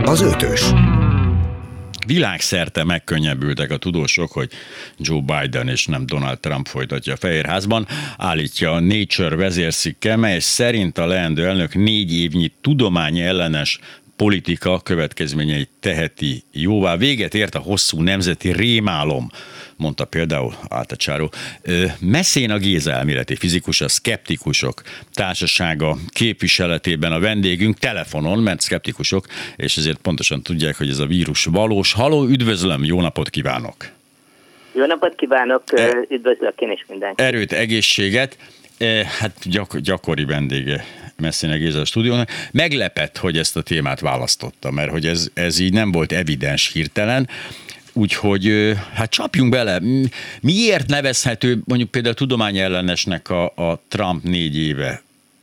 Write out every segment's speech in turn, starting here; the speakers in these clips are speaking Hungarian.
Az Ötös. Világszerte megkönnyebbültek a tudósok, hogy Joe Biden és nem Donald Trump folytatja a Fehérházban, állítja a Nature vezércikke, mely szerint a leendő elnök 4 évnyi tudományellenes politika következményeit teheti jóvá. Véget ért a hosszú nemzeti rémálom, mondta például Altacsáró. Messina Géza elméleti fizikus, a Szkeptikusok Társasága képviseletében a vendégünk telefonon, mert szkeptikusok, és ezért pontosan tudják, hogy ez a vírus valós. Halló, üdvözlöm, jó napot kívánok! Jó napot kívánok, üdvözlök én is mindenkit! Erőt, egészséget! Hát gyakori vendége Messina Géza a stúdiónak. Meglepett, hogy ezt a témát választotta, mert hogy ez így nem volt evidens hirtelen. Úgyhogy hát csapjunk bele. Miért nevezhető mondjuk például tudományellenesnek a Trump 4 éve?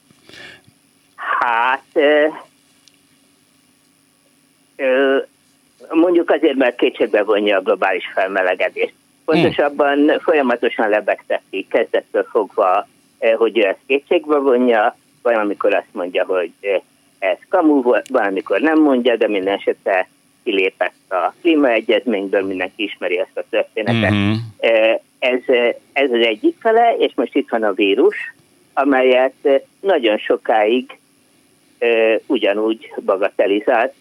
Hát mondjuk azért, mert kétségbe vonja a globális felmelegedést. Pontosabban folyamatosan lebegteti kezdettől fogva, hogy ő ezt kétségbe vonja, valamikor azt mondja, hogy ez kamu volt, valamikor nem mondja, de minden esetre kilépett a klímaegyezményből, mindenki ismeri ezt a történetet. Uh-huh. Ez az egyik fele, és most itt van a vírus, amelyet nagyon sokáig ugyanúgy bagatelizált,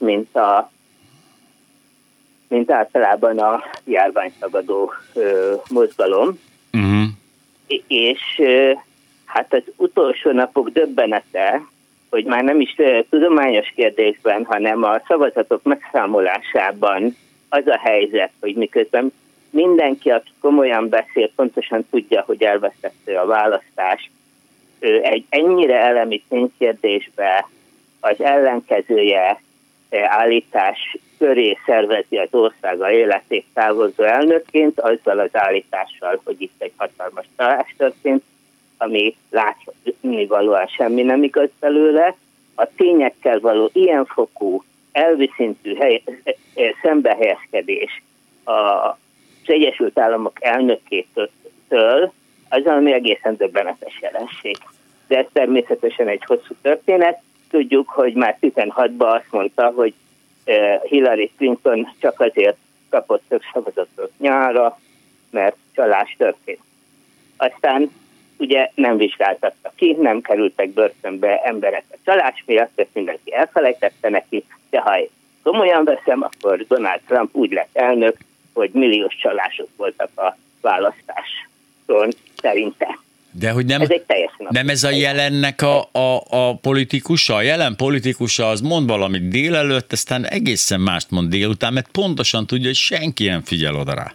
mint általában a járványtagadó mozgalom. Uh-huh. És hát az utolsó napok döbbenete, hogy már nem is tudományos kérdésben, hanem a szavazatok megszámolásában az a helyzet, hogy miközben mindenki, aki komolyan beszél, pontosan tudja, hogy elvesztette a választást, egy ennyire elemi ténykérdésbe az ellenkezője állítás köré szervezi az országa életét távozó elnökként, azzal az állítással, hogy itt egy hatalmas csalás történt, ami látnivalóan semmi nem igaz belőle. A tényekkel való ilyenfokú, elvi szintű szembehelyezkedés az Egyesült Államok elnökétől, az valami egészen döbbenetes jelenség. De ez természetesen egy hosszú történet. Tudjuk, hogy már 16-ban azt mondta, hogy Hillary Clinton csak azért kapott több szavazatot nyára, mert csalás történt. Aztán ugye nem vizsgáltattak ki, nem kerültek börtönbe emberek a csalás miatt, ezt mindenki elfelejtette neki, de ha komolyan veszem, akkor Donald Trump úgy lett elnök, hogy milliós csalások voltak a választáson szerinte. De hogy nem ez a jelennek a politikusa? A jelen politikusa az mond valamit délelőtt, aztán egészen mást mond délután, mert pontosan tudja, hogy senki nem figyel oda rá.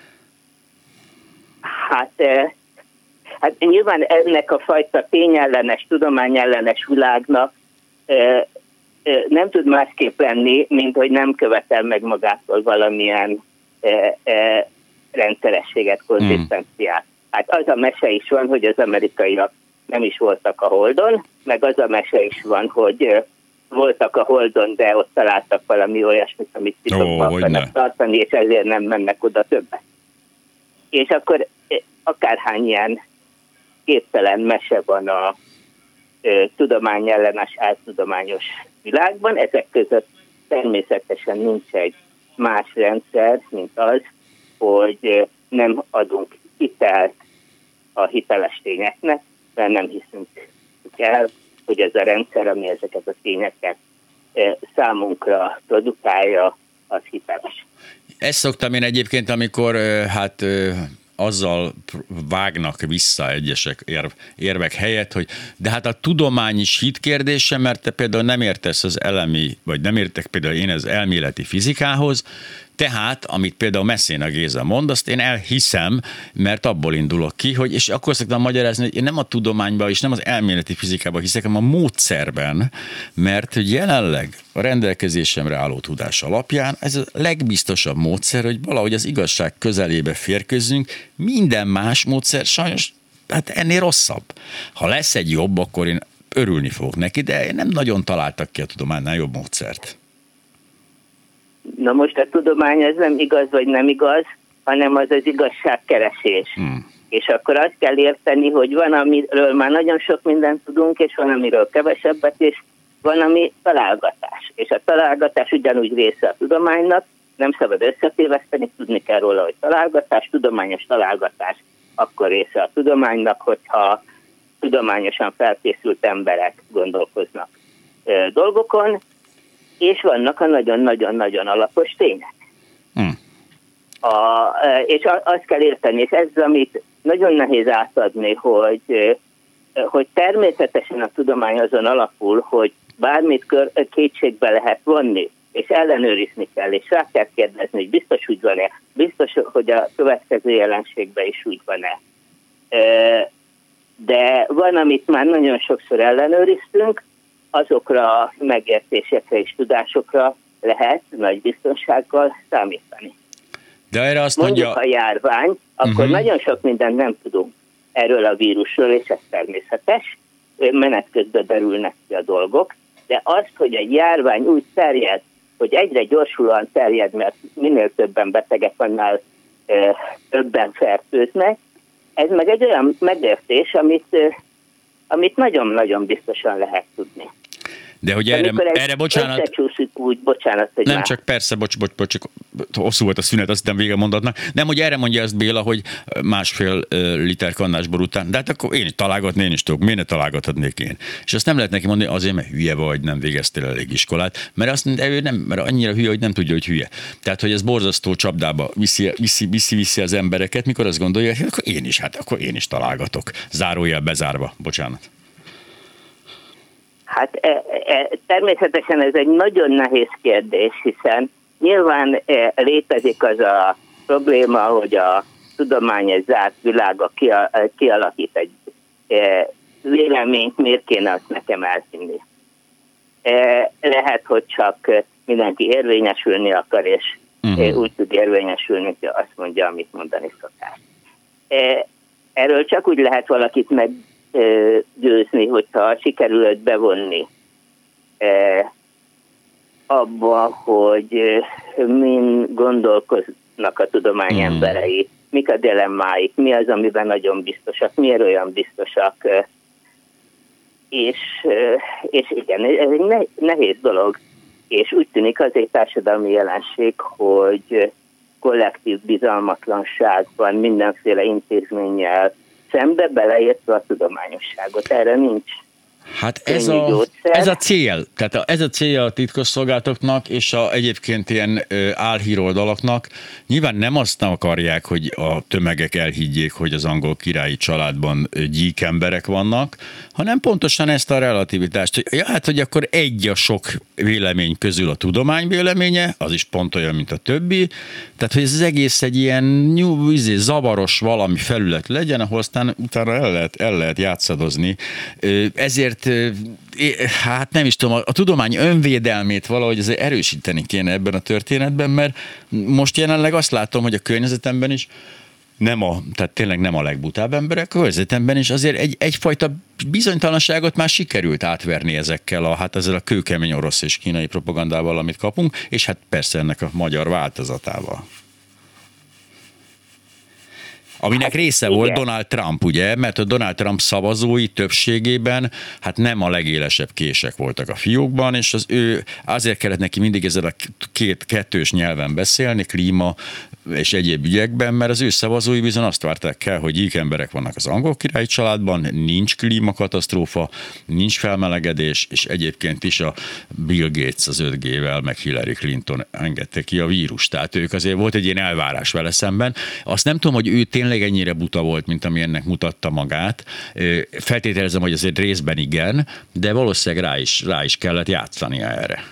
Hát nyilván ennek a fajta tényellenes, tudományellenes világnak nem tud másképp lenni, mint hogy nem követel meg magától valamilyen rendszerességet, konzisztenciát. Hát az a mese is van, hogy az amerikaiak nem is voltak a Holdon, meg az a mese is van, hogy voltak a Holdon, de ott találtak valami olyasmit, amit titokban akarnak tartani, és ezért nem mennek oda többet. És akkor akárhány ilyen képtelen mese van a tudományellenes, áltudományos világban, ezek között természetesen nincs egy más rendszer, mint az, hogy nem adunk hitelt a hiteles tényeknek, mert nem hiszünk el, hogy ez a rendszer, ami ezeket a tényeket számunkra produkálja, az hiteles. Ezt szoktam én egyébként, amikor azzal vágnak vissza egyesek érvek helyett, hogy de hát a tudomány is hit kérdése, mert te például nem értesz az elemi, vagy nem értek például én az elméleti fizikához, tehát, amit például Messina Géza mond, azt én elhiszem, mert abból indulok ki, hogy, és akkor szoktam magyarázni, hogy én nem a tudományban és nem az elméleti fizikában hiszek, hanem a módszerben, mert hogy jelenleg a rendelkezésemre álló tudás alapján ez a legbiztosabb módszer, hogy valahogy az igazság közelébe férkőzzünk, minden más módszer sajnos hát ennél rosszabb. Ha lesz egy jobb, akkor én örülni fogok neki, de nem nagyon találtak ki a tudománynál jobb módszert. Na most a tudomány ez nem igaz vagy nem igaz, hanem az az igazságkeresés. És akkor azt kell érteni, hogy van, amiről már nagyon sok mindent tudunk, és van, amiről kevesebbet, és van, ami találgatás. És a találgatás ugyanúgy része a tudománynak, nem szabad összetéveszteni, tudni kell róla, hogy találgatás, tudományos találgatás akkor része a tudománynak, hogyha tudományosan felkészült emberek gondolkoznak dolgokon, és vannak a nagyon-nagyon-nagyon alapos tények. És azt kell érteni, és ez, amit nagyon nehéz átadni, hogy természetesen a tudomány azon alapul, hogy bármit kétségbe lehet vonni, és ellenőrizni kell, és rá kell kérdezni, hogy biztos úgy van-e, biztos, hogy a következő jelenségben is úgy van-e. De van, amit már nagyon sokszor ellenőriztünk, azokra a megértésekre és tudásokra lehet nagy biztonsággal számítani. De erre azt mondjuk a járvány, akkor nagyon sok mindent nem tudunk erről a vírusról, és ez természetes, menet közben derülnek ki a dolgok, de azt, hogy egy járvány úgy terjed, hogy egyre gyorsulóan terjed, mert minél többen betegek, annál többen fertőznek, ez meg egy olyan megértés, amit nagyon-nagyon biztosan lehet tudni. De hogy erre bocsánat. Úgy, bocsánat, hogy nem már. csak persze, bocs, hosszú volt a szünet, azt hittem vége mondatnak. Nem, hogy erre mondja ezt Béla, hogy 1,5 liter kannásbor után, de hát akkor én találgatni én is tudok, miért ne találgathatnék én? És azt nem lehet neki mondani, azért, mert hülye vagy, nem végeztél elég iskolát, mert azt mondja, ő nem, mert annyira hülye, hogy nem tudja, hogy hülye. Tehát, hogy ez borzasztó csapdába viszi az embereket, mikor azt gondolja, hogy akkor én is találgatok. Zárójel bezárva. Bocsánat. Hát természetesen ez egy nagyon nehéz kérdés, hiszen nyilván létezik az a probléma, hogy a tudomány egy zárt világa kialakít egy véleményt, miért kéne azt nekem elhinni. Lehet, hogy csak mindenki érvényesülni akar, és úgy tud érvényesülni, hogy azt mondja, amit mondani szokás. Erről csak úgy lehet valakit meggyőzni, hogyha sikerül őt bevonni abba, hogy min gondolkoznak a tudomány emberei, mik a dilemmáik, mi az, amiben nagyon biztosak, miért olyan biztosak, és igen, ez egy nehéz dolog, és úgy tűnik az egy társadalmi jelenség, hogy kollektív bizalmatlanság van mindenféle intézménnyel szembe, beleértve a tudományosságot. Erre nincs. Hát ez a cél. Tehát ez a célja a titkosszolgálatoknak és egyébként ilyen álhíroldalaknak. Nyilván nem azt akarják, hogy a tömegek elhiggyék, hogy az angol királyi családban gyík emberek vannak, hanem pontosan ezt a relativitást. Hogy akkor egy a sok vélemény közül a tudomány véleménye, az is pont olyan, mint a többi. Tehát, hogy ez az egész egy ilyen zavaros valami felület legyen, ahol aztán utána el lehet játszadozni. Ezért hát nem is tudom, a tudomány önvédelmét valahogy azért erősíteni kéne ebben a történetben, mert most jelenleg azt látom, hogy a környezetemben is tehát tényleg nem a legbutább emberek, a környezetemben is azért egyfajta bizonytalanságot már sikerült átverni ezzel a kőkemény orosz és kínai propagandával, amit kapunk, és hát persze ennek a magyar változatával. Aminek része volt Donald Trump, ugye? Mert a Donald Trump szavazói többségében hát nem a legélesebb kések voltak a fiókban, és azért kellett neki mindig ezzel a kettős nyelven beszélni, klíma és egyéb ügyekben, mert az ő szavazói bizony azt várták el, hogy gyík emberek vannak az angol királyi családban, nincs klímakatasztrófa, nincs felmelegedés, és egyébként is a Bill Gates az 5G-vel, meg Hillary Clinton engedte ki a vírust. Tehát ők azért volt egy ilyen elvárás vele szemben. Azt nem tudom, hogy ő tényleg ennyire buta volt, mint ami ennek mutatta magát. Feltételezem, hogy azért részben igen, de valószínűleg rá is kellett játszania erre.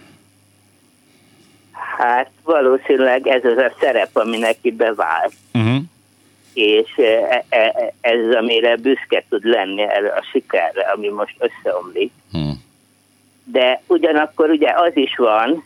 Hát valószínűleg ez az a szerep, ami neki bevált. És ez, amire büszke tud lenni erre a sikerre, ami most összeomlik. De ugyanakkor ugye az is van,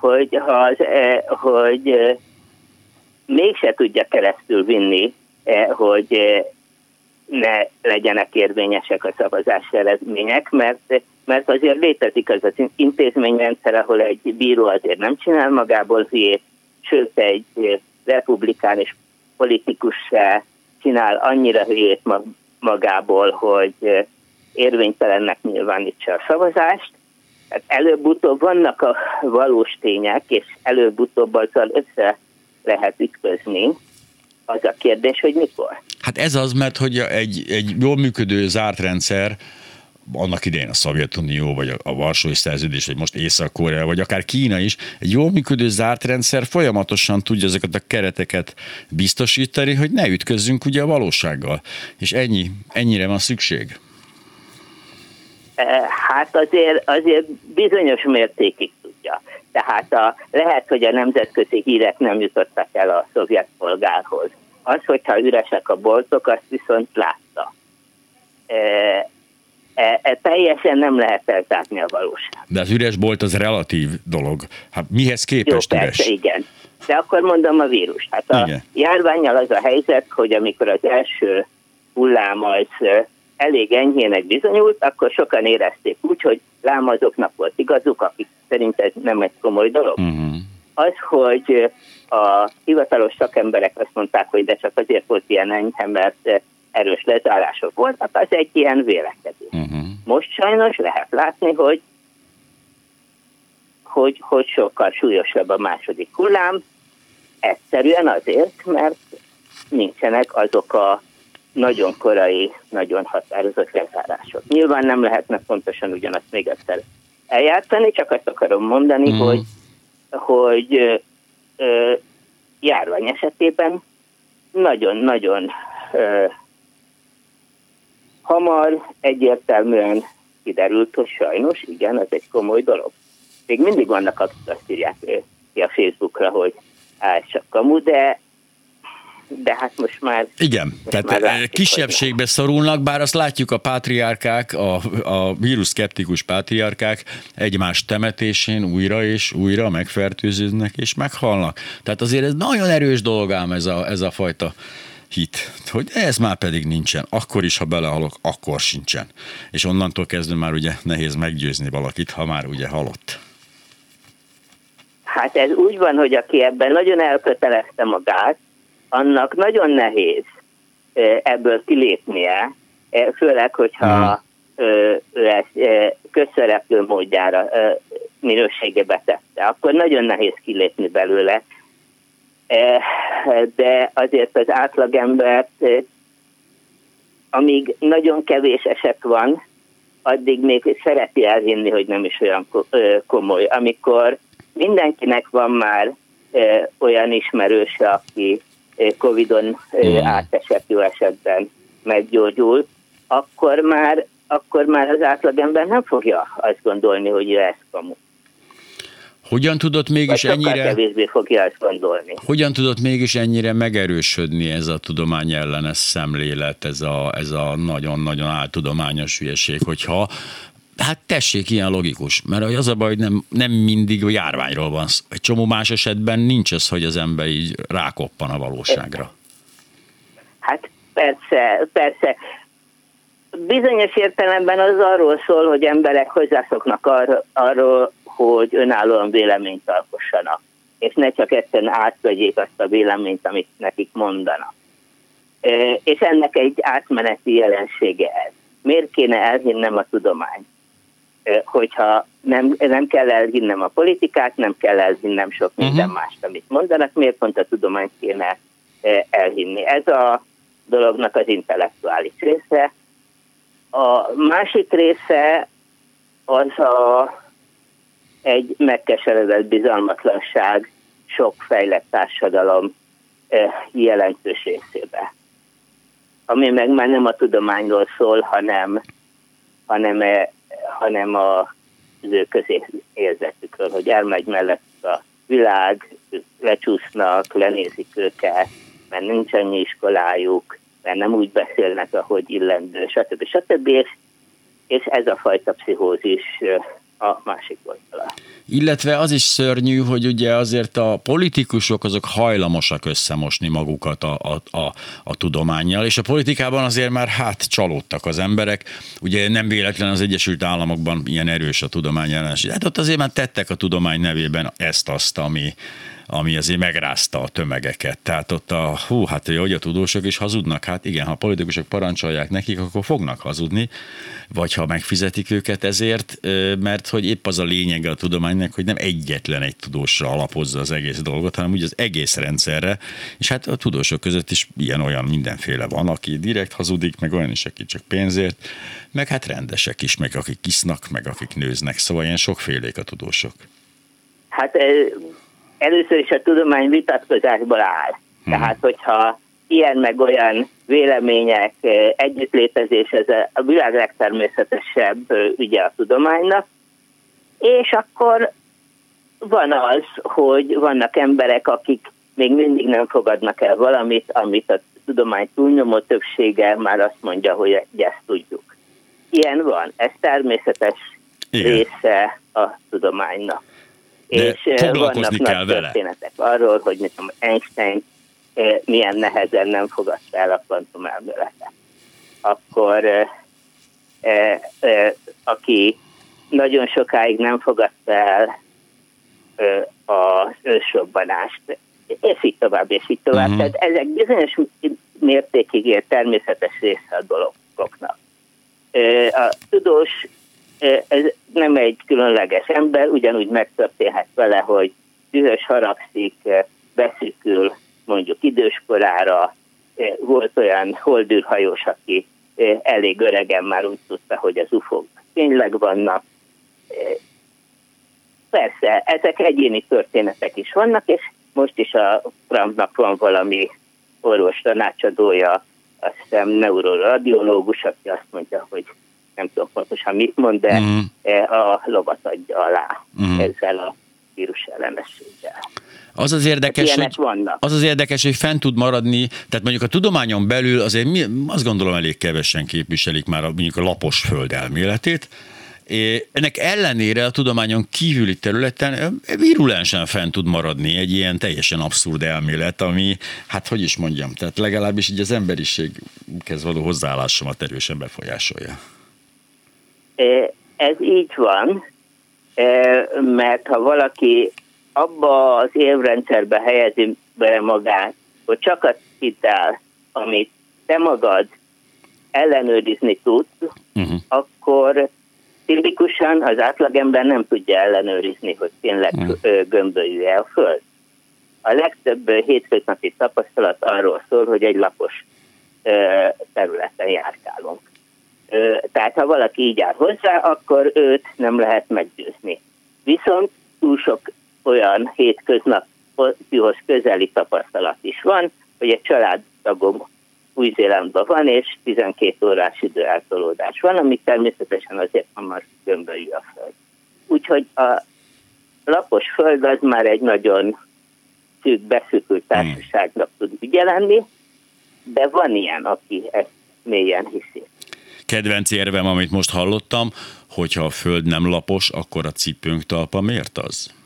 hogy mégse tudja keresztül vinni, hogy ne legyenek érvényesek a szavazási eredmények, mert azért létezik az az intézményrendszer, ahol egy bíró azért nem csinál magából hülyét, sőt egy republikánus politikus se csinál annyira hülyét magából, hogy érvénytelennek nyilvánítsa a szavazást, Hát előbb-utóbb vannak a valós tények, és előbb-utóbb azzal össze lehet ütközni. Az a kérdés, hogy mikor. Hát ez az, mert hogy egy jól működő zárt rendszer, annak idején a Szovjetunió, vagy a Varsói Szerződés, vagy most Észak-Korea, vagy akár Kína is, egy jól működő zárt rendszer folyamatosan tudja ezeket a kereteket biztosítani, hogy ne ütközzünk ugye a valósággal. És ennyire van szükség. Hát azért bizonyos mértékig tudja. Tehát lehet, hogy a nemzetközi hírek nem jutottak el a szovjet polgárhoz. Az, hogyha üresek a boltok, azt viszont látta. Teljesen nem lehet eltátni a valóság. De az üres bolt az relatív dolog. Hát mihez képest jó, üres? Persze, igen. De akkor mondom a vírus. Hát a járvánnyal az a helyzet, hogy amikor az első hullám az elég enyhének bizonyult, akkor sokan érezték úgy, hogy lám azoknak volt igazuk, akik szerint ez nem egy komoly dolog. Uh-huh. Az, hogy a hivatalos szakemberek azt mondták, hogy de csak azért volt ilyen enyhe, mert erős lezárások voltak, az egy ilyen vélekedés. Uh-huh. Most sajnos lehet látni, hogy sokkal súlyosabb a második hullám, egyszerűen azért, mert nincsenek azok a nagyon korai, nagyon határozott lezárások. Nyilván nem lehetne pontosan ugyanazt még egyszer eljátszani, csak azt akarom mondani, hogy járvány esetében nagyon-nagyon hamar egyértelműen kiderült, hogy sajnos, igen, ez egy komoly dolog. Még mindig vannak, akik azt írják ki a Facebookra, hogy csak kamu, de hát most már... Igen, tehát már kisebbségbe szorulnak, bár azt látjuk a pátriárkák, a vírusszkeptikus pátriárkák egymás temetésén újra és újra megfertőződnek és meghalnak. Tehát azért ez nagyon erős dolog ám ez a fajta hit, hogy ez már pedig nincsen. Akkor is, ha belehalok, akkor sincsen. És onnantól kezdve már ugye nehéz meggyőzni valakit, ha már ugye halott. Hát ez úgy van, hogy aki ebben nagyon elkötelezte magát, annak nagyon nehéz ebből kilépnie, főleg, hogyha ő ezt közszereplő módjára minőségebe tette. Akkor nagyon nehéz kilépni belőle. De azért az átlagembert, amíg nagyon kevés eset van, addig még szereti elhinni, hogy nem is olyan komoly. Amikor mindenkinek van már olyan ismerőse, aki Covid-on átesett, jó esetben meggyógyult, akkor már az átlagember nem fogja azt gondolni, hogy ez kamu. Hogyan tudott mégis kevésbé fogja azt gondolni. Hogyan tudott mégis ennyire megerősödni ez a tudományellenes szemlélet, ez a nagyon-nagyon áltudományos hülyeség, hogyha hát tessék, ilyen logikus, mert az a baj, hogy nem mindig a járványról van szó. Egy csomó más esetben nincs ez, hogy az ember így rákoppan a valóságra. Hát persze. Bizonyos értelemben az arról szól, hogy emberek hozzászoknak arról, hogy önállóan véleményt alkossanak, és ne csak egyszerűen átvegyék azt a véleményt, amit nekik mondanak. És ennek egy átmeneti jelensége ez. Miért kéne elhinnem a tudományt? Hogyha nem kell elhinnem a politikát, nem kell elhinnem sok minden mást, amit mondanak, miért pont a tudományt kéne elhinni? Ez a dolognak az intellektuális része. A másik része az egy megkeseredett bizalmatlanság sok fejlett társadalom jelentős részébe. Ami meg már nem a tudományról szól, hanem az ő közérzetükről, hogy elmegy mellett a világ, lecsúsznak, lenézik őket, mert nincs annyi iskolájuk, mert nem úgy beszélnek, ahogy illendő, stb. És ez a fajta pszichózis a másik oldala. Illetve az is szörnyű, hogy ugye azért a politikusok azok hajlamosak összemosni magukat a tudománnyal, és a politikában azért már csalódtak az emberek. Ugye nem véletlen az Egyesült Államokban ilyen erős a tudomány ellenesség. Hát ott azért már tettek a tudomány nevében ezt-azt, ami azért megrázta a tömegeket. Tehát ott hogy a tudósok is hazudnak. Hát igen, ha a politikusok parancsolják nekik, akkor fognak hazudni, vagy ha megfizetik őket ezért, mert hogy épp az a lényege a tudománynak, hogy nem egyetlen egy tudósra alapozza az egész dolgot, hanem úgy az egész rendszerre, és hát a tudósok között is ilyen-olyan mindenféle van, aki direkt hazudik, meg olyan is, aki csak pénzért, meg hát rendesek is, meg akik isznak, meg akik nőznek, szóval ilyen sokfélék a tudósok. Hát először is a tudomány vitatkozásból áll. Tehát, hogyha ilyen meg olyan vélemények együttlétezés, ez a világ legtermészetesebb ügye a tudománynak, és akkor van az, hogy vannak emberek, akik még mindig nem fogadnak el valamit, amit a tudomány túlnyomó többsége már azt mondja, hogy ezt tudjuk. Ilyen van, ez természetes része a tudománynak. De és vannak nagy történetek arról, hogy Einstein milyen nehezen nem fogadta el a kvantumelméletet. Akkor aki nagyon sokáig nem fogadta el az ősrobbanást, és így tovább, és így tovább. Uh-huh. Tehát ezek bizonyos mértékig ér természetes része a dolgoknak. A tudós ez nem egy különleges ember, ugyanúgy megtörténhet vele, hogy dühös, haragszik, beszűkül mondjuk időskorára. Volt olyan holdűrhajós, aki elég öregen már úgy tudta, hogy az UFO-k tényleg vannak. Persze, ezek egyéni történetek is vannak, és most is a Trumpnak van valami orvos tanácsadója, azt hiszem neuroradiológus, aki azt mondja, hogy nem tudom pontosan mit mond, de a lovat adja alá ezzel a vírus ellenességgel. Az az érdekes, hogy fent tud maradni, tehát mondjuk a tudományon belül azért azt gondolom elég kevesen képviselik már mondjuk a lapos föld elméletét. Ennek ellenére a tudományon kívüli területen virulensen fent tud maradni egy ilyen teljesen abszurd elmélet, ami, hát hogy is mondjam, tehát legalábbis így az emberiséghez való hozzáállásomat erősen befolyásolja. Ez így van, mert ha valaki abba az évrendszerbe helyezi be magát, hogy csak azt hidd el, amit te magad ellenőrizni tudsz, akkor tipikusan az átlagember nem tudja ellenőrizni, hogy tényleg gömbölyű-e a Föld. A legtöbb hétköznapi tapasztalat arról szól, hogy egy lapos területen járkálunk. Tehát ha valaki így áll hozzá, akkor őt nem lehet meggyőzni. Viszont túl sok olyan hétköznapihoz közeli tapasztalat is van, hogy egy családtagom Új-Zélandban van, és 12 órás időeltolódás van, ami természetesen azért hamar gömbölyű a Föld. Úgyhogy a lapos Föld az már egy nagyon szűk, beszűkült társaságnak tud ügyelenni, de van ilyen, aki ezt mélyen hiszi. Kedvenc érvem, amit most hallottam, hogyha a Föld nem lapos, akkor a cipőnk talpa miért az?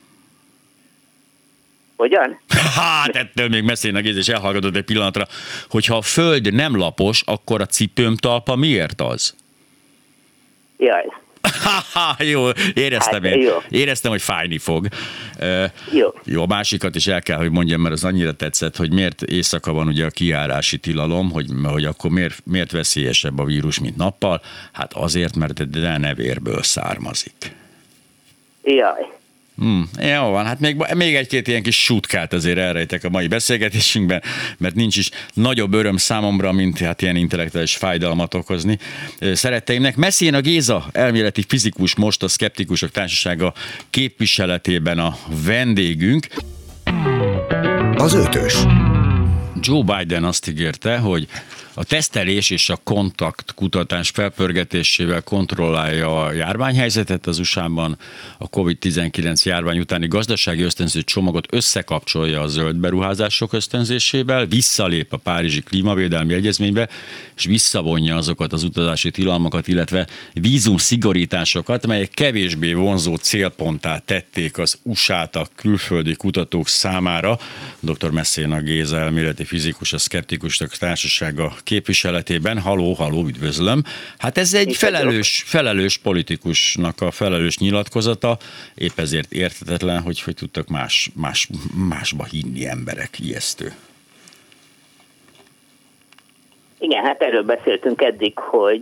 Hogyan? Hát ettől még messzének és elhallgatott egy pillanatra, hogyha a Föld nem lapos, akkor a cipőm talpa miért az? Jaj. Jó, éreztem hát, én. Jó. Éreztem, hogy fájni fog. Jó, a másikat is el kell, hogy mondjam, mert az annyira tetszett, hogy miért éjszaka van ugye a kijárási tilalom, hogy akkor miért veszélyesebb a vírus, mint nappal? Hát azért, mert a nevérből származik. Jaj. Jó van, hát még egy-két ilyen kis sútkát azért elrejtek a mai beszélgetésünkben, mert nincs is nagyobb öröm számomra, mint hát ilyen intellektuális fájdalmat okozni szeretteimnek. Messina Géza, elméleti fizikus, most a Szkeptikusok Társasága képviseletében a vendégünk. Az Ötös. Joe Biden azt ígérte, hogy a tesztelés és a kontaktkutatás felpörgetésével kontrollálja a járványhelyzetet az USA-ban, a COVID-19 járvány utáni gazdasági ösztönző csomagot összekapcsolja a zöld beruházások ösztönzésével, visszalép a Párizsi Klímavédelmi Egyezménybe, és visszavonja azokat az utazási tilalmakat, illetve vízum szigorításokat, melyek kevésbé vonzó célponttá tették az USA-t a külföldi kutatók számára. Dr. Messina Géza, elméleti fizikus, a Szkeptikusok Társasága képviseletében. Haló, üdvözlöm. Hát ez egy felelős politikusnak a felelős nyilatkozata, épp ezért érthetetlen, hogy tudtak másba hinni emberek, ijesztő. Igen, hát erről beszéltünk eddig,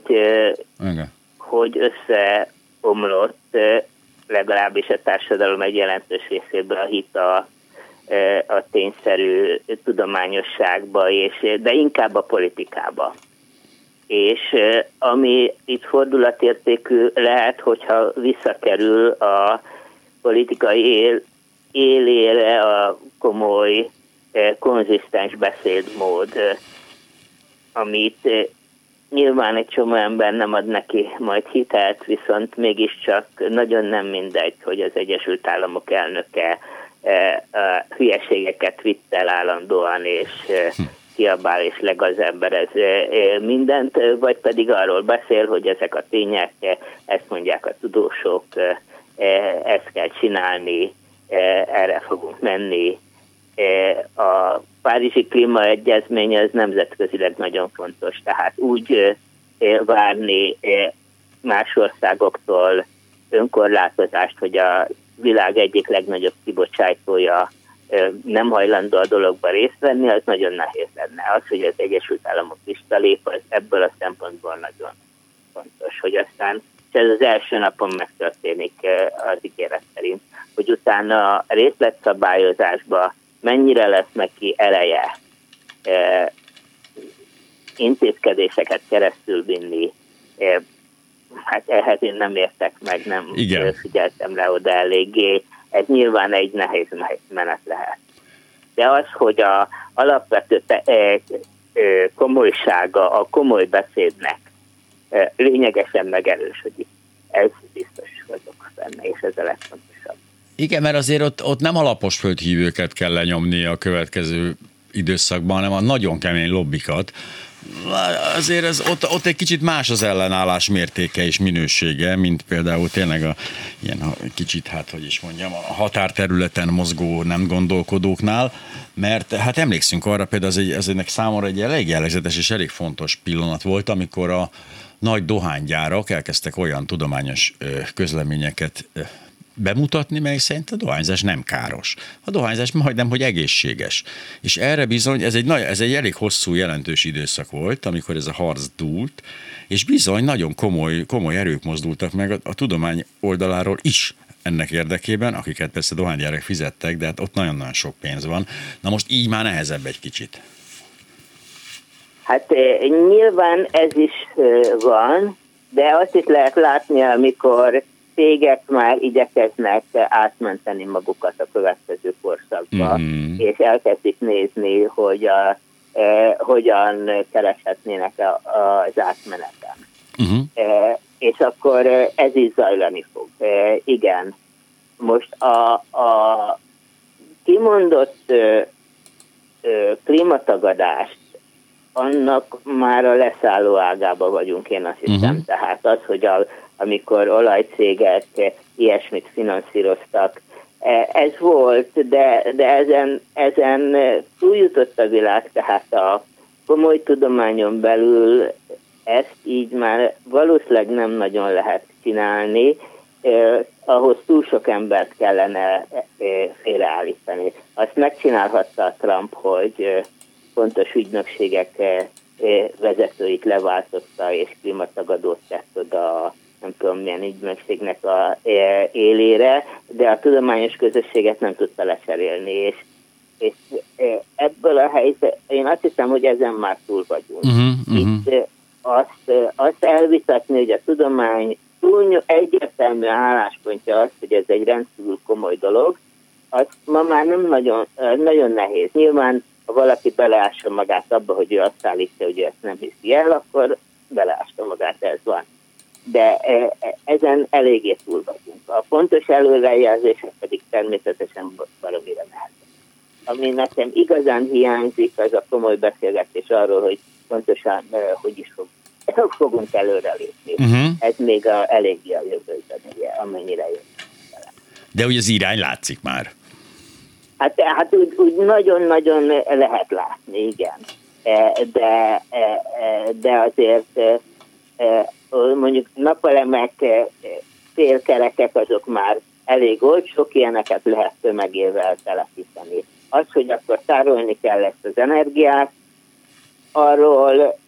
hogy összeomlott legalábbis a társadalom egy jelentős részében a hit a tényszerű tudományosságba, de inkább a politikába. És ami itt fordulatértékű lehet, hogyha visszakerül a politikai élére a komoly, konzisztens beszédmód, amit nyilván egy csomó ember nem ad neki majd hitelt, viszont mégiscsak nagyon nem mindegy, hogy az Egyesült Államok elnöke hülyeségeket vitt el állandóan, és kiabál és legazemberez mindent, vagy pedig arról beszél, hogy ezek a tények, ezt mondják a tudósok, ezt kell csinálni, erre fogunk menni. A Párizsi Klímaegyezmény az nemzetközileg nagyon fontos, tehát úgy várni más országoktól önkorlátozást, hogy a világ egyik legnagyobb kibocsátója nem hajlandó a dologba részt venni, az nagyon nehéz lenne. Az, hogy az Egyesült Államok visszalép, az ebből a szempontból nagyon fontos, hogy aztán, és ez az első napon megtörténik az ígéret szerint, hogy utána a részletszabályozásba mennyire lesz neki eleje intézkedéseket keresztül vinni, hát ehhez én nem értek meg, nem figyeltem le oda eléggé. Ez nyilván egy nehéz menet lehet. De az, hogy a alapvető komolysága a komoly beszédnek lényegesen megerősödik, ez biztos vagyok benne, és ez a legfontosabb. Igen, mert azért ott nem alapos földhívőket kell lenyomni a következő időszakban, hanem a nagyon kemény lobbikat. Azért ott egy kicsit más az ellenállás mértéke és minősége, mint például tényleg ilyen kicsit, a határterületen mozgó nem gondolkodóknál, mert hát emlékszünk arra, például ez ennek számomra egy elég jellegzetes és elég fontos pillanat volt, amikor a nagy dohánygyárak elkezdtek olyan tudományos közleményeket bemutatni, mely szerint a dohányzás nem káros. A dohányzás majdnem, hogy egészséges. És erre bizony, ez egy elég hosszú, jelentős időszak volt, amikor ez a harc dúlt, és bizony nagyon komoly erők mozdultak meg a tudomány oldaláról is ennek érdekében, akiket persze dohánygyárak fizettek, de hát ott nagyon-nagyon sok pénz van. Na most így már nehezebb egy kicsit. Hát nyilván ez is van, de azt is lehet látni, amikor cégek már igyekeznek átmenteni magukat a következő korszakba, és elkezdik nézni, hogy hogyan kereshetnének az átmeneten. És akkor ez is zajlani fog. Igen. Most a kimondott klímatagadást, annak már a leszálló ágába vagyunk, én azt hiszem. Tehát az, hogy amikor olajcégek ilyesmit finanszíroztak, ez volt, de ezen túljutott a világ, tehát a komoly tudományon belül ezt így már valószínűleg nem nagyon lehet csinálni, ahhoz túl sok embert kellene félreállítani. Azt megcsinálhatta a Trump, hogy fontos ügynökségek vezetőit leváltotta, és klímatagadót tett oda nem tudom milyen ügynökségnek a élére, de a tudományos közösséget nem tudta lecserélni, és ebből a helyzet, én azt hiszem, hogy ezen már túl vagyunk. Itt azt elvitatni, hogy a tudomány egyértelmű álláspontja az, hogy ez egy rendkívül komoly dolog, az ma már nem nagyon nehéz. Nyilván, ha valaki beleássa magát abba, hogy ő azt állítja, hogy ő ezt nem hiszi el, akkor beleássa magát, ez van. De ezen eléggé túl vagyunk. A fontos előrejelzések pedig természetesen valamire nehezek. Ami nekem igazán hiányzik, az a komoly beszélgetés arról, hogy pontosan hogy is fogunk előrelépni. Ez még eléggé a jövőben, amennyire jön. De ugye az irány látszik már. Hát úgy nagyon-nagyon lehet látni, igen. De azért mondjuk napelemek, félkerekek azok már elég olcsók, ilyeneket lehet tömegével telepíteni. Az, hogy akkor tárolni kell ezt az energiát, arról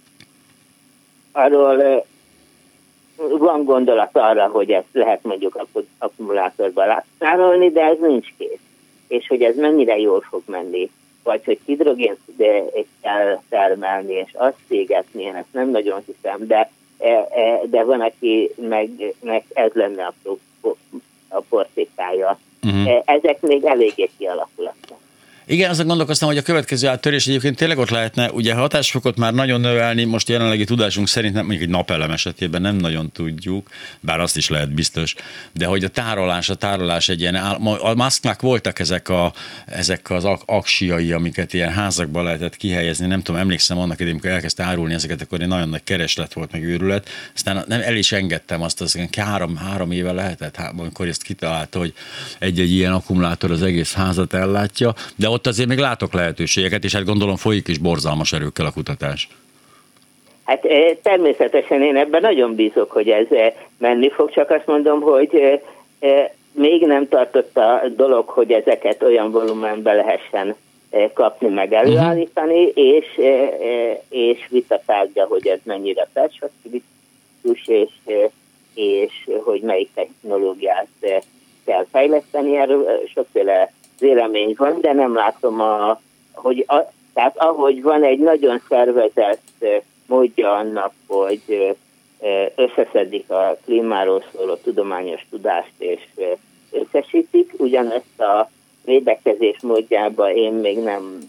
van gondolat arra, hogy ezt lehet mondjuk akkumulátorban tárolni, de ez nincs kész. És hogy ez mennyire jól fog menni, vagy hogy hidrogént kell termelni, és azt égetni, én ezt nem nagyon hiszem, de van, aki meg ez lenne a portékája. Ezek még eléggé kialakulatnak. Igen, azon gondolkoztam, hogy a következő áttörés egyébként tényleg ott lehetne, ugye hatásfokot már nagyon növelni, most jelenlegi tudásunk szerint nem, mondjuk egy napelem esetében nem nagyon tudjuk, bár azt is lehet biztos, de hogy a tárolás egy ilyen, a Musknak voltak ezek az aksiai, amiket ilyen házakban lehetett kihelyezni, nem tudom, emlékszem annak idején, amikor elkezdte árulni ezeket, akkor egy nagyon nagy kereslet volt, meg őrület, aztán nem el is engedtem azt, az három éve lehetett, amikor ezt kitalálta, hogy egy ilyen akkumulátor az egész házat ellátja, de ott azért még látok lehetőségeket, és hát gondolom folyik is borzalmas erőkkel a kutatás. Hát természetesen én ebben nagyon bízok, hogy ez menni fog, csak azt mondom, hogy még nem tartott a dolog, hogy ezeket olyan volumenben lehessen kapni, meg előállítani, és vitatárgya, hogy ez mennyire perspektívikus, és hogy melyik technológiát kell fejleszteni. Erről sokféle vélemény van, de nem látom, tehát ahogy van egy nagyon szervezett módja annak, hogy összeszedik a klímáról szóló tudományos tudást és összesítik, ugyanezt a védekezés módjában én még nem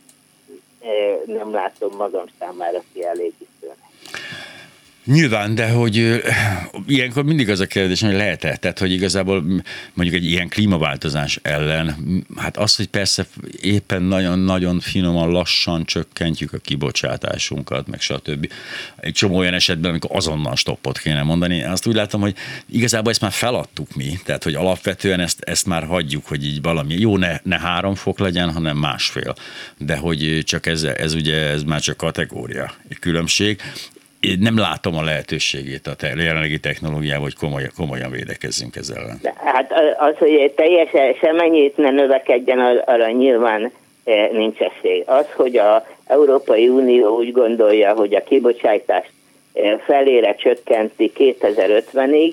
látom magam számára kielégítőnek. Nyilván, de hogy ilyenkor mindig az a kérdés, hogy lehet-e, tehát hogy igazából mondjuk egy ilyen klímaváltozás ellen, hát az, hogy persze éppen nagyon-nagyon finoman, lassan csökkentjük a kibocsátásunkat, meg stb. Egy csomó olyan esetben, amikor azonnal stoppot kéne mondani, azt úgy látom, hogy igazából ezt már feladtuk mi, tehát hogy alapvetően ezt már hagyjuk, hogy így valami, jó, ne 3 fok legyen, hanem 1,5, de hogy csak ez ugye ez már csak kategória, egy különbség. Én nem látom a lehetőségét a jelenlegi technológiával, hogy komolyan védekezzünk ezzel. Hát az, hogy teljesen semennyit ne növekedjen, arra nyilván nincs esély. Az, hogy az Európai Unió úgy gondolja, hogy a kibocsátást felére csökkenti 2050-ig,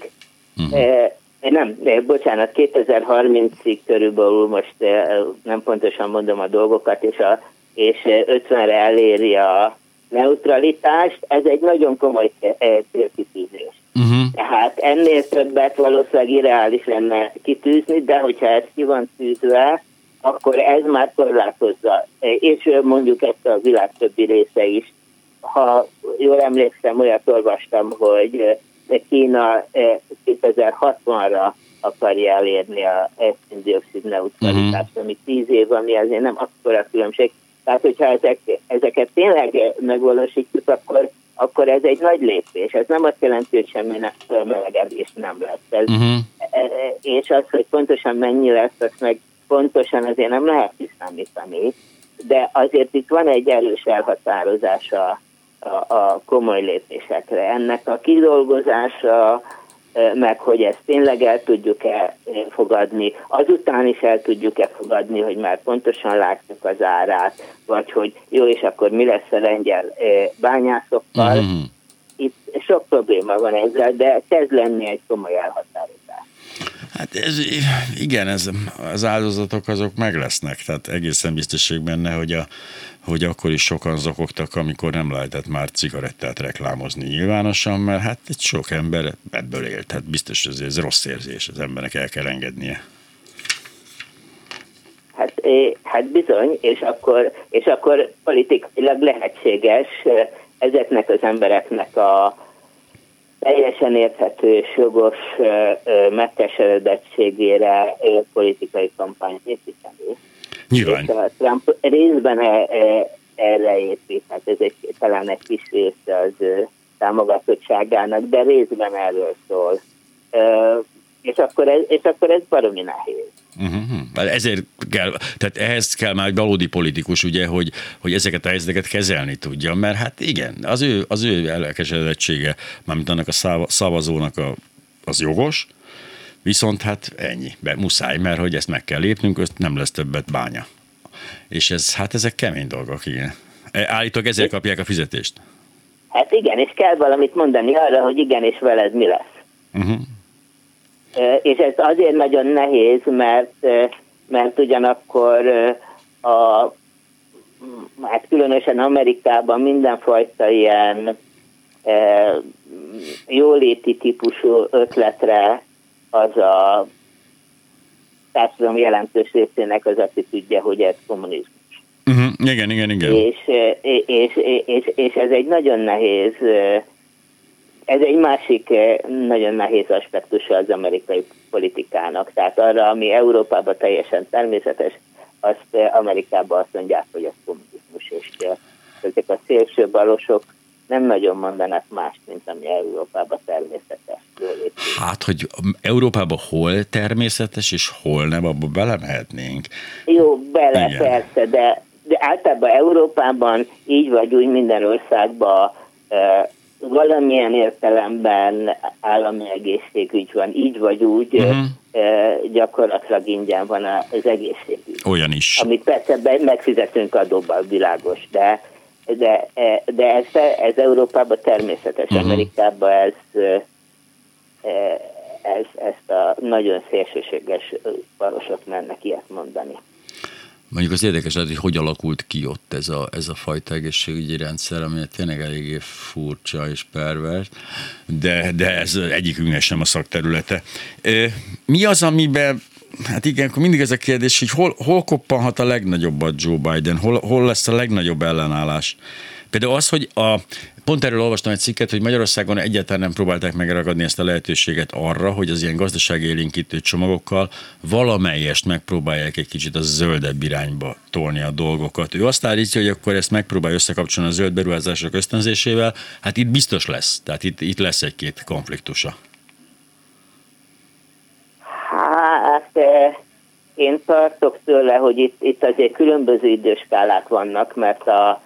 2030-ig körülbelül, most nem pontosan mondom a dolgokat, és 50-re eléri a neutralitást, ez egy nagyon komoly célkitűzés. Tehát ennél többet valószínűleg irreális lenne kitűzni, de hogyha ez ki van tűzve, akkor ez már korlátozza. És mondjuk ezt a világ többi része is. Ha jól emlékszem, olyat olvastam, hogy Kína 2060-ra akarja elérni a szén-dioxid neutralitást, ami 10 év, ami azért nem akkora különbség. Tehát, hogyha ezeket tényleg megvalósítjuk, akkor ez egy nagy lépés. Ez nem azt jelenti, hogy semminek felmelegedés nem lesz. És az, hogy pontosan mennyi lesz, azt meg pontosan azért nem lehet kiszámítani, de azért itt van egy erős elhatározása a komoly lépésekre. Ennek a kidolgozása, meg hogy ezt tényleg el tudjuk-e fogadni, azután is el tudjuk-e fogadni, hogy már pontosan látjuk az árát, vagy hogy jó, és akkor mi lesz a lengyel bányászokkal. Itt sok probléma van ezzel, de kezd lenni egy komoly elhatározás. Hát igen, az áldozatok azok meg lesznek, tehát egészen biztosség benne, hogy akkor is sokan zokogtak, amikor nem lehetett már cigarettát reklámozni nyilvánosan, mert hát egy sok ember ebből élt, hát biztos, hogy ez rossz érzés, az embernek el kell engednie. Hát bizony, és akkor politikailag lehetséges ezeknek az embereknek a teljesen érthető és jogos megkeseredettségére politikai kampányt építeni. Nyilván. És a Trump részben erre épít, hát ez talán egy kis része az támogatottságának, de részben erről szól. És akkor ez baromi nehéz. Ezért kell, tehát ehhez kell már egy valódi politikus, ugye, hogy ezeket a helyzeteket kezelni tudja, mert hát igen, az ő elkeseredettsége, mármint annak a szavazónak az jogos, viszont hát ennyi, muszáj, mert hogy ezt meg kell lépnünk, nem lesz többet bánya. És ezek kemény dolgok, igen. Állítólag ezért kapják a fizetést. Hát igen, és kell valamit mondani arra, hogy igen, és veled mi lesz. És ez azért nagyon nehéz, mert ugyanakkor hát különösen Amerikában mindenfajta ilyen jóléti típusú ötletre az a társadalom jelentős részének az attitűdje, hogy ez kommunizmus. Igen. És ez egy nagyon nehéz, ez egy másik nagyon nehéz aspektusa az amerikai politikának. Tehát arra, ami Európában teljesen természetes, azt Amerikában azt mondják, hogy ez kommunizmus, és ezek a szélső balosok nem nagyon mondanak mást, mint ami Európában természetes. Hát, hogy Európában hol természetes, és hol nem, abba belemehetnénk. Jó, bele, igen. Persze, de általában Európában így vagy úgy minden országban valamilyen értelemben állami egészségügy van, így vagy úgy gyakorlatilag ingyen van az egészségügy. Olyan is. Amit persze megfizetünk adóban, világos, de ez Európában természetes. Amerikában ezt a nagyon szélsőséges balosok mennek ilyet mondani. Mondjuk az érdekes lehet, hogy alakult ki ott ez a fajta egészségügyi rendszer, ami tényleg eléggé furcsa és pervers, de ez egyikünknek sem a szakterülete. Mi az, amiben, hát igen, akkor mindig ez a kérdés, hogy hol koppanhat a legnagyobbat Joe Biden, hol lesz a legnagyobb ellenállás? Például az, hogy pont erről olvastam egy cikket, hogy Magyarországon egyáltalán nem próbálták megragadni ezt a lehetőséget arra, hogy az ilyen gazdasági élénkítő csomagokkal valamelyest megpróbálják egy kicsit a zöldebb irányba tolni a dolgokat. Ő azt állítja, hogy akkor ezt megpróbálja összekapcsolni a zöld beruházások ösztönzésével. Hát itt biztos lesz. Tehát itt lesz egy-két konfliktusa. Hát én tartok tőle, hogy itt azért különböző időskálák vannak, mert a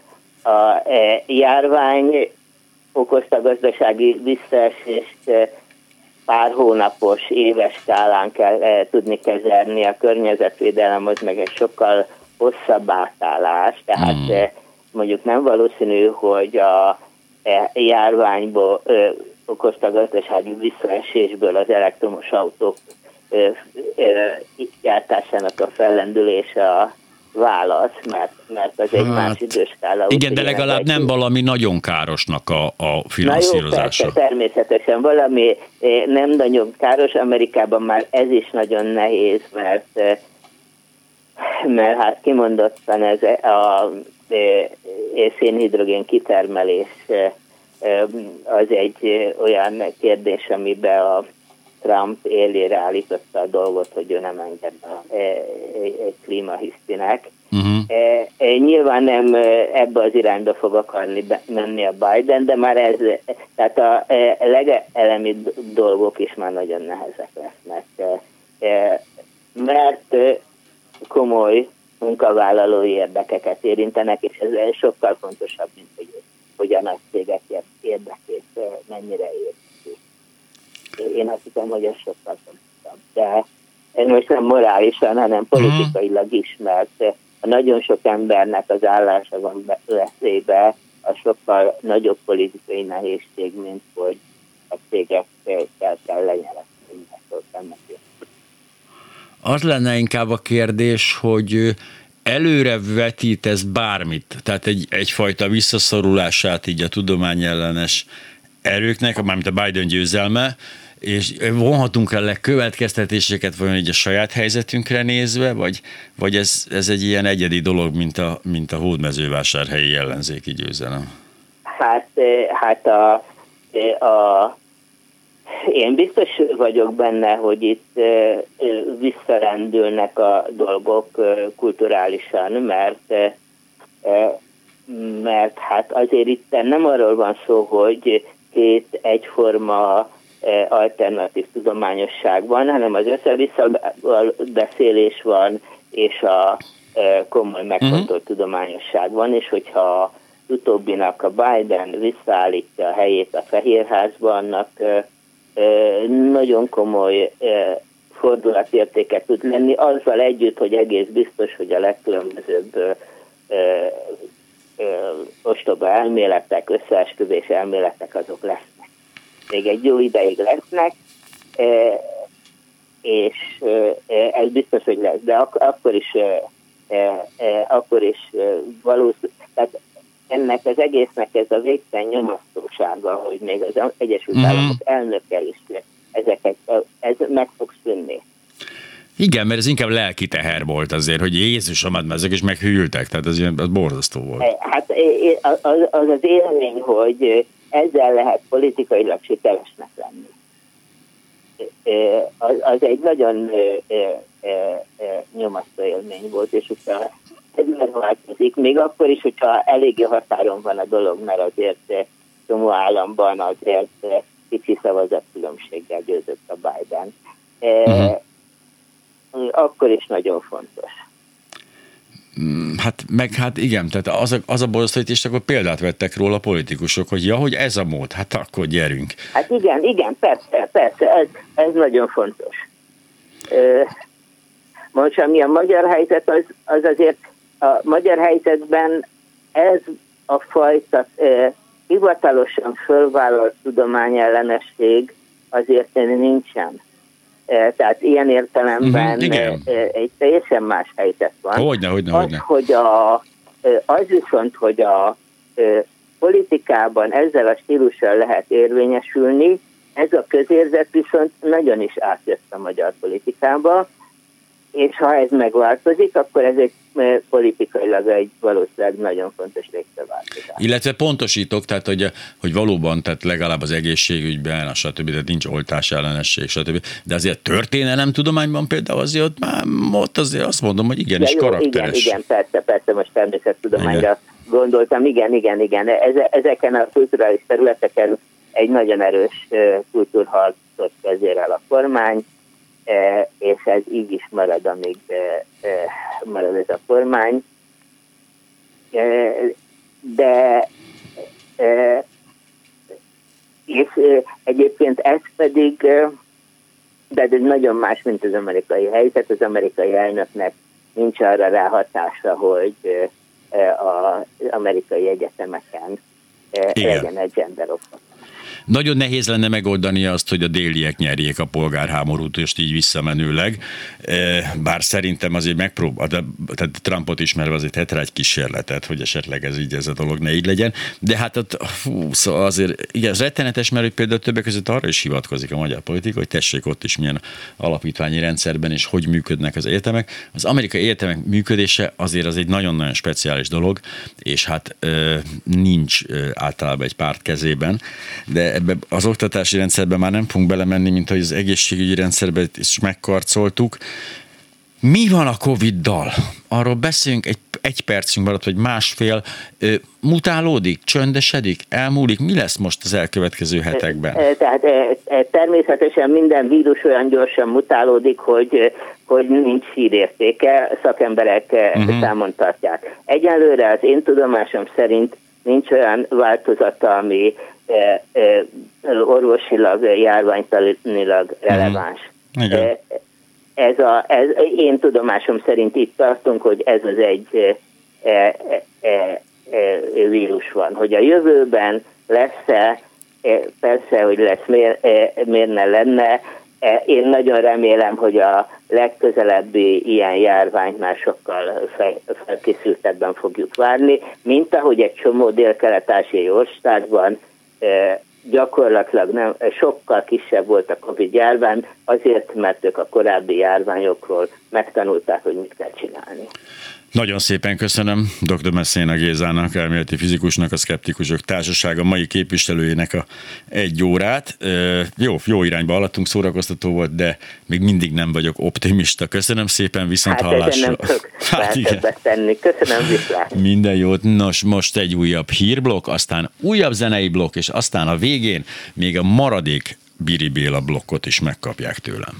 járvány okozta gazdasági visszaesést pár hónapos, éves skálán kell tudni kezelni, a környezetvédelem az meg egy sokkal hosszabb átállás, tehát mondjuk nem valószínű, hogy a járványból okozta gazdasági visszaesésből az elektromos autók gyártásának a fellendülése a válasz, mert az egy más időskála. Igen, de legalább nem valami nagyon károsnak a finanszírozása. Na jó, persze, természetesen valami nem nagyon káros. Amerikában már ez is nagyon nehéz, mert hát kimondottan ez a szénhidrogén kitermelés az egy olyan kérdés, amiben a Trump élére állította a dolgot, hogy ő nem enged egy klímahisztinek. Nyilván nem ebbe az irányba fog akarni menni a Biden, de már tehát a legelemi dolgok is már nagyon nehezek lesznek. Mert komoly munkavállalói érdekeket érintenek, és ez sokkal fontosabb, mint hogy a nagy cégek érdekét mennyire érinti. Én azt hiszem, hogy ez sokkal fontosabb. De most nem morálisan, hanem politikailag is, mert nagyon sok embernek az állása van veszélybe, a sokkal nagyobb politikai nehézség, mint hogy a cégekkel kell lenyelni. Az lenne inkább a kérdés, hogy előre vetítesz bármit, tehát egyfajta visszaszorulását így a tudományellenes erőknek, mármint a Biden győzelme, és vonhatunk el következtetéseket vajon így a saját helyzetünkre nézve, vagy ez egy ilyen egyedi dolog, mint a hódmezővásárhelyi ellenzéki győzelem? Hát én biztos vagyok benne, hogy itt visszarendülnek a dolgok kulturálisan, mert hát azért itt nem arról van szó, hogy két egyforma alternatív tudományosság van, hanem az össze-vissza beszélés van, és a komoly megfontolt tudományosság van, és hogyha utóbbinak a Biden visszaállítja a helyét a Fehérházban, annak nagyon komoly fordulatértéke tud lenni, azzal együtt, hogy egész biztos, hogy a legkülönbözőbb ostoba elméletek, összeesküvés elméletek azok lesznek. Még egy jó ideig lesznek, és ez biztos, hogy lesz, de akkor is valószínű. Tehát ennek az egésznek ez a végtelen nyomasztósága, hogy még az Egyesült Államok elnöke is ez meg fog szűnni. Igen, mert ez inkább lelki teher volt azért, hogy Jézusom, ezek is meghűltek, tehát az borzasztó volt. Hát az élmény, hogy ezzel lehet politikailag sikeresnek lenni. Az egy nagyon nyomasztó élmény volt, és utána ez megváltozik. Még akkor is, hogyha eléggé határon van a dolog, mert azért csomó államban azért kicsi szavazatkülönbséggel győzött a Biden. Akkor is nagyon fontos. Hát igen, tehát az a borzasztó, és akkor példát vettek róla a politikusok, hogy ez a mód, hát akkor gyerünk. Hát igen, persze, ez nagyon fontos. Most ami a magyar helyzet, az azért a magyar helyzetben ez a fajta hivatalosan fölvállalt tudományellenesség azért nincsen. Tehát ilyen értelemben egy teljesen más helyzet van. Hogyne. Az viszont, hogy a politikában ezzel a stílussal lehet érvényesülni, ez a közérzet viszont nagyon is átjött a magyar politikába, és ha ez megváltozik, akkor ez egy politikailag egy valószínűleg nagyon fontos légkörváltozás. Illetve pontosítok, tehát hogy valóban, tehát legalább az egészségügyben, a stb., tehát nincs oltás ellenesség, stb. De azért tudományban például azért ott azért azt mondom, hogy igenis karakteres. Igen, persze, most természettudományra gondoltam, igen. Ezeken a kulturális területeken egy nagyon erős kultúrharcot vezérel a kormány, és ez így is marad, amíg marad ez a kormány. De és egyébként ez pedig, de ez nagyon más, mint az amerikai helyzet. Az amerikai elnöknek nincs arra ráhatása, hogy az amerikai egyetemeken legyen egy genderoktatás. Nagyon nehéz lenne megoldani azt, hogy a déliek nyerjék a polgárháborút, és így visszamenőleg. Bár szerintem azért tehát Trumpot ismerve azért tett rá egy kísérletet, hogy esetleg ez a dolog ne így legyen. De hát szóval azért igen, ez rettenetes, mert hogy például többek között arra is hivatkozik a magyar politika, hogy tessék ott is milyen alapítványi rendszerben, és hogy működnek az egyetemek. Az amerikai egyetemek működése azért az egy nagyon-nagyon speciális dolog, és hát nincs általában egy párt kezében, de ebbe az oktatási rendszerben már nem fogunk belemenni, mint ahogy az egészségügyi rendszerben is megkarcoltuk. Mi van a Covid-dal? Arról beszéljünk, egy percünk maradt, vagy másfél. Mutálódik, csöndesedik, elmúlik? Mi lesz most az elkövetkező hetekben? Tehát természetesen minden vírus olyan gyorsan mutálódik, hogy nincs hírértéke, szakemberek számon tartják. Egyelőre az én tudomásom szerint nincs olyan változata, ami orvosilag, járványtanilag releváns. Én tudomásom szerint itt tartunk, hogy ez az egy vírus van. Hogy a jövőben lesz-e, persze, hogy lesz, miért ne lenne. Én nagyon remélem, hogy a legközelebbi ilyen járványt már sokkal felkészültebben fogjuk várni, mint ahogy egy csomó dél-kelet-ázsiai országban gyakorlatilag nem, sokkal kisebb volt a Covid-járvány, azért, mert ők a korábbi járványokról megtanulták, hogy mit kell csinálni. Nagyon szépen köszönöm dr. Messina Gézának, elméleti fizikusnak, a Szkeptikusok Társasága mai képviselőjének a 1 órát. Jó irányba haladtunk, szórakoztató volt, de még mindig nem vagyok optimista. Köszönöm szépen, viszont hallásra. Többet tenni. Köszönöm, viszlát. Minden jót. Nos, most egy újabb hírblokk, aztán újabb zenei blokk, és aztán a végén még a maradék Biri Béla blokkot is megkapják tőlem.